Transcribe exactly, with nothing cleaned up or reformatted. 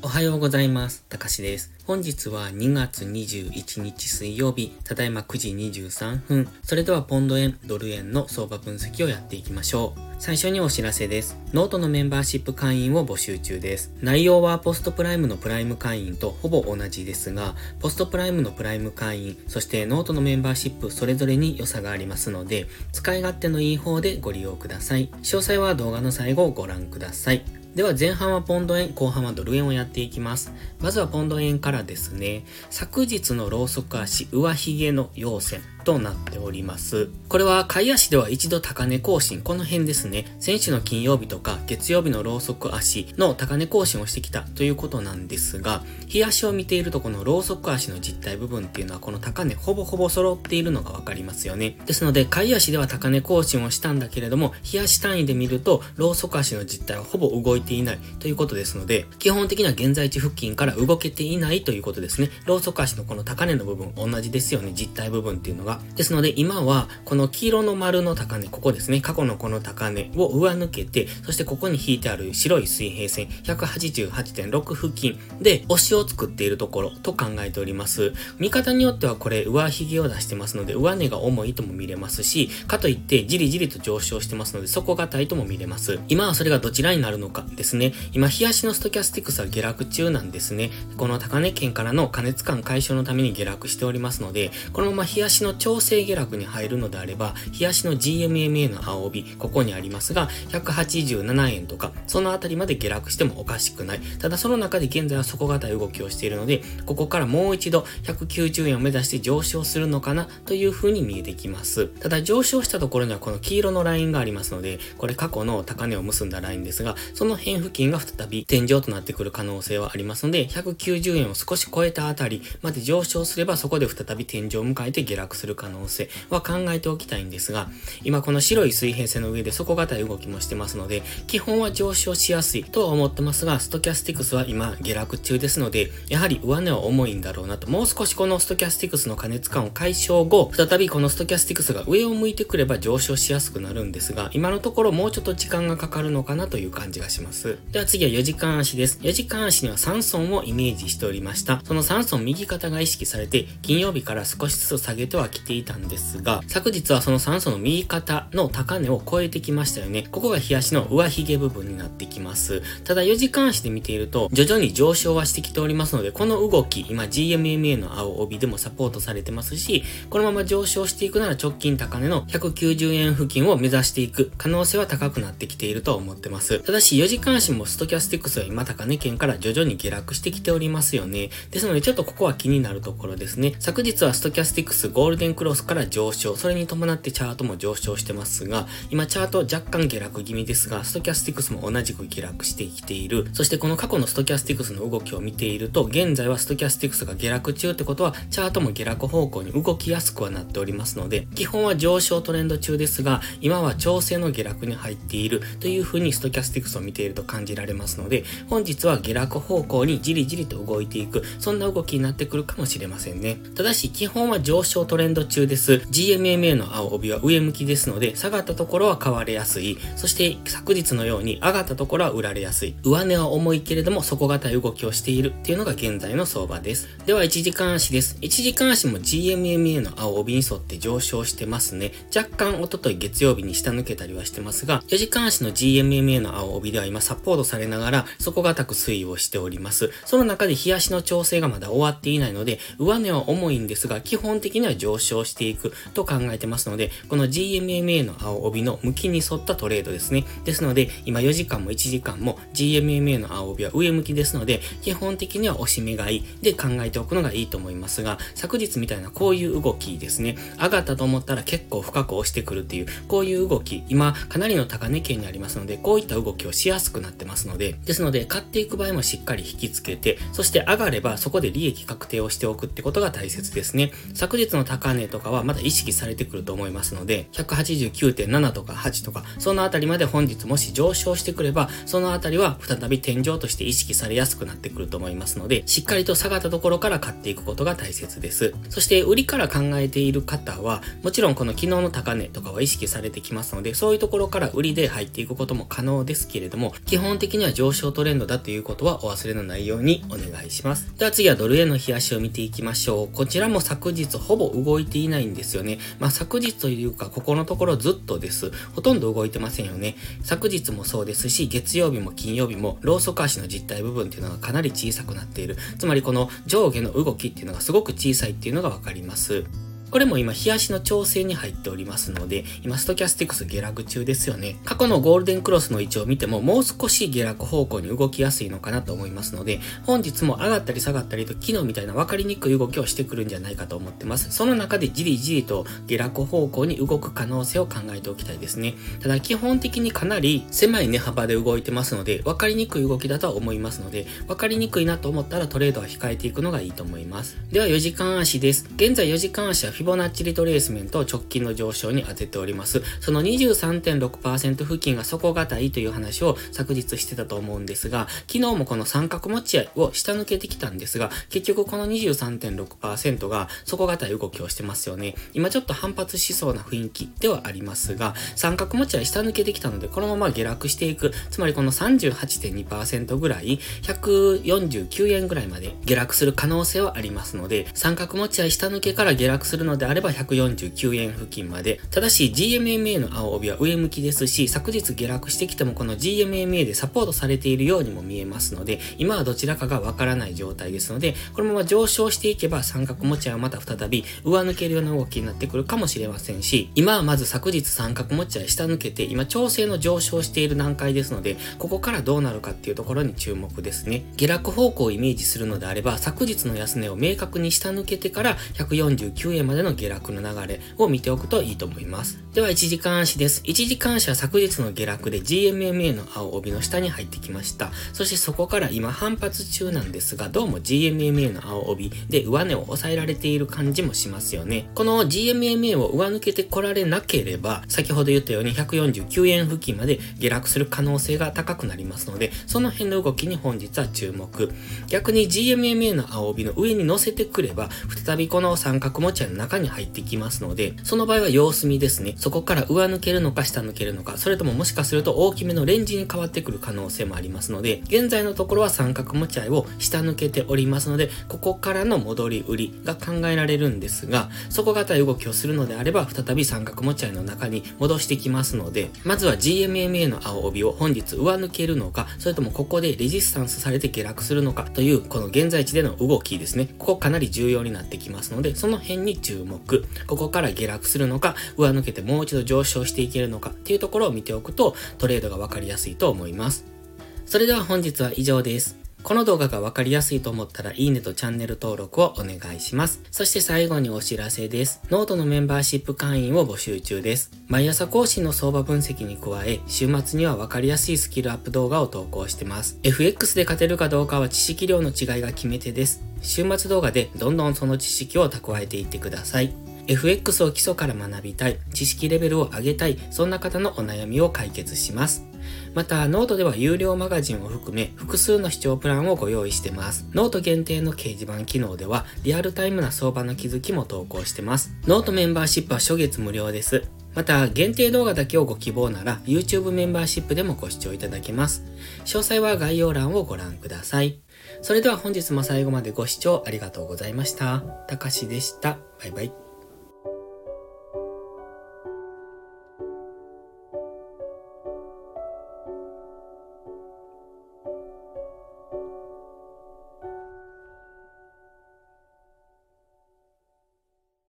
おはようございます。たかしです。本日はにがつにじゅういちにち水曜日、ただいまくじにじゅうさんぷん。それではポンド円、ドル円の相場分析をやっていきましょう。最初にお知らせです。ノートのメンバーシップ会員を募集中です。内容はポストプライムのプライム会員とほぼ同じですが、ポストプライムのプライム会員、そしてノートのメンバーシップそれぞれに良さがありますので、使い勝手のいい方でご利用ください。詳細は動画の最後をご覧ください。では前半はポンド円、後半はドル円をやっていきます。まずはポンド円からですね。昨日のローソク足、上髭の陽線となっております。これは買い足では一度高値更新、この辺ですね。先週の金曜日とか月曜日のローソク足の高値更新をしてきたということなんですが、日足を見ているとこのローソク足の実体部分っていうのはこの高値ほぼほぼ揃っているのがわかりますよね。ですので買い足では高値更新をしたんだけれども、日足単位で見るとローソク足の実体はほぼ動いていないということですので、基本的には現在地付近から動けていないということですね。ローソク足のこの高値の部分同じですよね、実体部分っていうのが。ですので今はこの黄色の丸の高値、ここですね、過去のこの高値を上抜けて、そしてここに引いてある白い水平線 ひゃくはちじゅうはちてんろく 付近で押しを作っているところと考えております。見方によってはこれ上髭を出してますので上値が重いとも見れますし、かといってじりじりと上昇してますので底堅いとも見れます。今はそれがどちらになるのかですね。今日足のストキャスティクスは下落中なんですね。この高値圏からの過熱感解消のために下落しておりますので、このまま日足の調整下落に入るのであれば、日足の ジーエムエムエー の青帯、ここにありますがひゃくはちじゅうななえんとかそのあたりまで下落してもおかしくない。ただその中で現在は底堅い動きをしているので、ここからもう一度ひゃくきゅうじゅうえんを目指して上昇するのかなという風に見えてきます。ただ上昇したところにはこの黄色のラインがありますので、これ過去の高値を結んだラインですが、その辺付近が再び天井となってくる可能性はありますので、ひゃくきゅうじゅうえんを少し超えたあたりまで上昇すれば、そこで再び天井を迎えて下落する可能性は考えておきたいんですが、今この白い水平線の上で底堅い動きもしてますので、基本は上昇しやすいとは思ってますが、ストキャスティクスは今下落中ですので、やはり上値は重いんだろうなと。もう少しこのストキャスティクスの過熱感を解消後、再びこのストキャスティクスが上を向いてくれば上昇しやすくなるんですが、今のところもうちょっと時間がかかるのかなという感じがします。では次はよじかん足です。よじかん足にはさん損をイメージしておりました。そのさん損右肩が意識されて、金曜日から少しずつ下げてはきていたんですが、昨日はそのさん損の右肩の高値を超えてきましたよね。ここが日足の上髭部分になってきます。ただよじかん足で見ていると、徐々に上昇はしてきておりますので、この動き、今 ジーエムエムエー の青帯でもサポートされてますし、このまま上昇していくなら直近高値のひゃくきゅうじゅうえん付近を目指していく可能性は高くなってきていると思ってます。ただしよじかん足もストキャスティクスは今高値圏から徐々に下落してきておりますよね。ですのでちょっとここは気になるところですね。昨日はストキャスティクスゴールデンクロスから上昇、それに伴ってチャートも上昇してますが、今チャート若干下落気味ですが、ストキャスティクスも同じく下落してきている。そしてこの過去のストキャスティクスの動きを見ていると、現在はストキャスティクスが下落中ってことは、チャートも下落方向に動きやすくはなっておりますので、基本は上昇トレンド中ですが、今は調整の下落に入っているという風にストキャスティクスを見ていると感じられますので、本日は下落方向にじりじりと動いていく、そんな動きになってくるかもしれませんね。ただし基本は上昇トレンド中です。ジーエムエムエー の青帯は上向きですので、下がったところは買われやすい。そして昨日のように上がったところは売られやすい。上値は重いけれども底堅い動きをしているっていうのが現在の相場です。ではいちじかん足です。いちじかん足も ジーエムエムエー の青帯に沿って上昇してますね。若干おととい月曜日に下抜けたりはしてますが、よじかん足の ジーエムエムエー の青帯では今サポートされながら底堅く推移をしております。その中で日足の調整がまだ終わっていないので、上値は重いんですが基本的には上昇していくと考えてますので、この ジーエムエムエー の青帯の向きに沿ったトレードですね。ですので今よじかんもいちじかんも ジーエムエムエー の青帯は上向きですので、基本的には押し目買いで考えておくのがいいと思いますが、昨日みたいなこういう動きですね、上がったと思ったら結構深く押してくるっていうこういう動き、今かなりの高値圏にありますので、こういった動きをしやすくなってますので、ですので買っていく場合もしっかり引きつけて、そして上がればそこで利益確定をしておくってことが大切ですね。昨日の高高値とかはまだ意識されてくると思いますので、ひゃくはちじゅうきゅうてんなな とかはちとか、そのあたりまで本日もし上昇してくれば、そのあたりは再び天井として意識されやすくなってくると思いますので、しっかりと下がったところから買っていくことが大切です。そして売りから考えている方は、もちろんこの昨日の高値とかは意識されてきますので、そういうところから売りで入っていくことも可能ですけれども、基本的には上昇トレンドだということはお忘れのないようにお願いします。では次はドル円の冷やしを見ていきましょう。こちらも昨日ほぼ動いていないんですよね。まあ昨日というかここのところずっとです。ほとんど動いてませんよね。昨日もそうですし、月曜日も金曜日もローソク足の実体部分っていうのがかなり小さくなっている。つまりこの上下の動きっていうのがすごく小さいっていうのがわかります。これも今、冷やしの調整に入っておりますので、今、ストキャスティクス下落中ですよね。過去のゴールデンクロスの位置を見ても、もう少し下落方向に動きやすいのかなと思いますので、本日も上がったり下がったりと、昨日みたいな分かりにくい動きをしてくるんじゃないかと思ってます。その中でじりじりと下落方向に動く可能性を考えておきたいですね。ただ、基本的にかなり狭い値幅で動いてますので、分かりにくい動きだとは思いますので、分かりにくいなと思ったらトレードは控えていくのがいいと思います。では、よじかん足です。現在よじかん足はフィボナッチリトレースメントを直近の上昇に当てております。その にじゅうさんてんろくパーセント 付近が底堅いという話を昨日してたと思うんですが、昨日もこの三角持ち合いを下抜けてきたんですが、結局この にじゅうさんてんろくパーセント が底堅い動きをしてますよね。今ちょっと反発しそうな雰囲気ではありますが、三角持ち合い下抜けてきたので、このまま下落していく。つまりこの さんじゅうはちてんにパーセント ぐらい、ひゃくよんじゅうきゅうえんぐらいまで下落する可能性はありますので、三角持ち合い下抜けから下落するのであればひゃくよんじゅうきゅうえん付近まで。ただし ジーエムエムエー の青帯は上向きですし、昨日下落してきてもこの ジーエムエムエー でサポートされているようにも見えますので、今はどちらかがわからない状態ですので、このまま上昇していけば三角持ち合いはまた再び上抜けるような動きになってくるかもしれませんし、今はまず昨日三角持ち合い下抜けて、今調整の上昇している段階ですので、ここからどうなるかっていうところに注目ですね。下落方向をイメージするのであれば、昨日の安値を明確に下抜けてからひゃくよんじゅうきゅうえんまでの下落の流れを見ておくといいと思います。ではいちじかん足です。いちじかん足は昨日の下落で ジーエムエムエー の青帯の下に入ってきました。そしてそこから今反発中なんですが、どうも ジーエムエムエー の青帯で上値を抑えられている感じもしますよね。この ジーエムエムエー を上抜けてこられなければ、先ほど言ったようにひゃくよんじゅうきゅうえん付近まで下落する可能性が高くなりますので、その辺の動きに本日は注目。逆に ジーエムエムエー の青帯の上に乗せてくれば、再びこの三角持ち合いの中に入ってきますので、その場合は様子見ですね。そこから上抜けるのか下抜けるのか、それとももしかすると大きめのレンジに変わってくる可能性もありますので、現在のところは三角持ち合いを下抜けておりますので、ここからの戻り売りが考えられるんですが、底堅い動きをするのであれば、再び三角持ち合いの中に戻してきますので、まずは ジーエムエムエー の青帯を本日上抜けるのか、それともここでレジスタンスされて下落するのかという、この現在地での動きですね。ここかなり重要になってきますので、その辺に注目。ここから下落するのか、上抜けてもう一度上昇していけるのかっていうところを見ておくと、トレードがわかりやすいと思います。それでは本日は以上です。この動画がわかりやすいと思ったらいいねとチャンネル登録をお願いします。そして最後にお知らせです。ノートのメンバーシップ会員を募集中です。毎朝更新の相場分析に加え、週末にはわかりやすいスキルアップ動画を投稿してます。エフエックス で勝てるかどうかは知識量の違いが決め手です。週末動画でどんどんその知識を蓄えていってください。エフエックス を基礎から学びたい、知識レベルを上げたい、そんな方のお悩みを解決します。また、ノートでは有料マガジンを含め複数の視聴プランをご用意してます。ノート限定の掲示板機能ではリアルタイムな相場の気づきも投稿してます。ノートメンバーシップは初月無料です。また、限定動画だけをご希望なら YouTube メンバーシップでもご視聴いただけます。詳細は概要欄をご覧ください。それでは本日も最後までご視聴ありがとうございました。たかしでした。バイバイ。